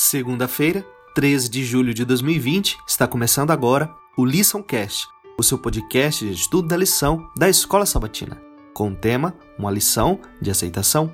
Segunda-feira, 13 de julho de 2020, está começando agora o LiçãoCast, o seu podcast de estudo da lição da Escola Sabatina, com o tema Uma lição de aceitação.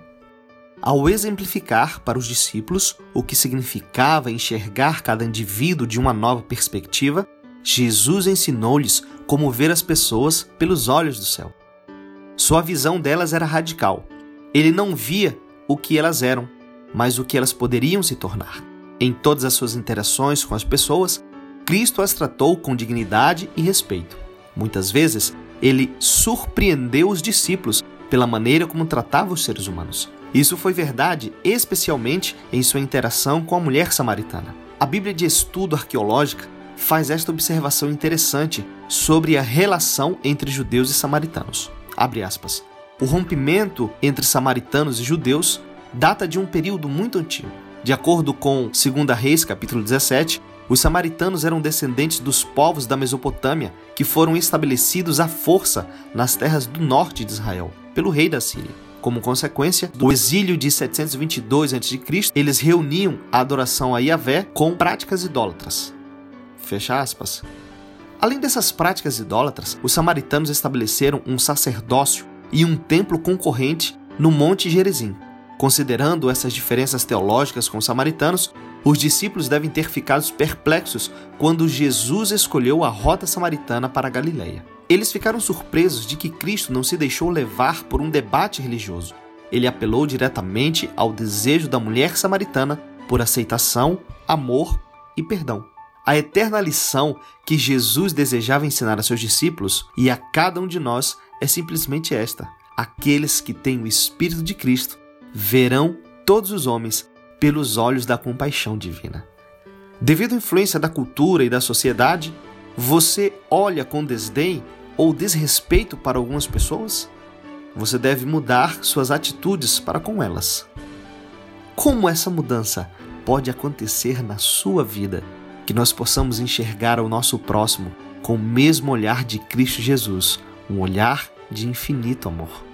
Ao exemplificar para os discípulos o que significava enxergar cada indivíduo de uma nova perspectiva, Jesus ensinou-lhes como ver as pessoas pelos olhos do céu. Sua visão delas era radical. Ele não via o que elas eram, mas o que elas poderiam se tornar. Em todas as suas interações com as pessoas, Cristo as tratou com dignidade e respeito. Muitas vezes, ele surpreendeu os discípulos pela maneira como tratava os seres humanos. Isso foi verdade especialmente em sua interação com a mulher samaritana. A Bíblia de Estudo Arqueológica faz esta observação interessante sobre a relação entre judeus e samaritanos. Abre aspas. O rompimento entre samaritanos e judeus data de um período muito antigo. De acordo com 2 Reis, capítulo 17, os samaritanos eram descendentes dos povos da Mesopotâmia que foram estabelecidos à força nas terras do norte de Israel, pelo rei da Síria. Como consequência do exílio de 722 a.C., eles reuniam a adoração a Yahvé com práticas idólatras. Fecha aspas. Além dessas práticas idólatras, os samaritanos estabeleceram um sacerdócio e um templo concorrente no Monte Gerizim. Considerando essas diferenças teológicas com os samaritanos, os discípulos devem ter ficado perplexos quando Jesus escolheu a rota samaritana para a Galileia. Eles ficaram surpresos de que Cristo não se deixou levar por um debate religioso. Ele apelou diretamente ao desejo da mulher samaritana por aceitação, amor e perdão. A eterna lição que Jesus desejava ensinar a seus discípulos e a cada um de nós é simplesmente esta: aqueles que têm o Espírito de Cristo verão todos os homens pelos olhos da compaixão divina. Devido à influência da cultura e da sociedade, você olha com desdém ou desrespeito para algumas pessoas? Você deve mudar suas atitudes para com elas. Como essa mudança pode acontecer na sua vida? Que nós possamos enxergar o nosso próximo com o mesmo olhar de Cristo Jesus, um olhar de infinito amor.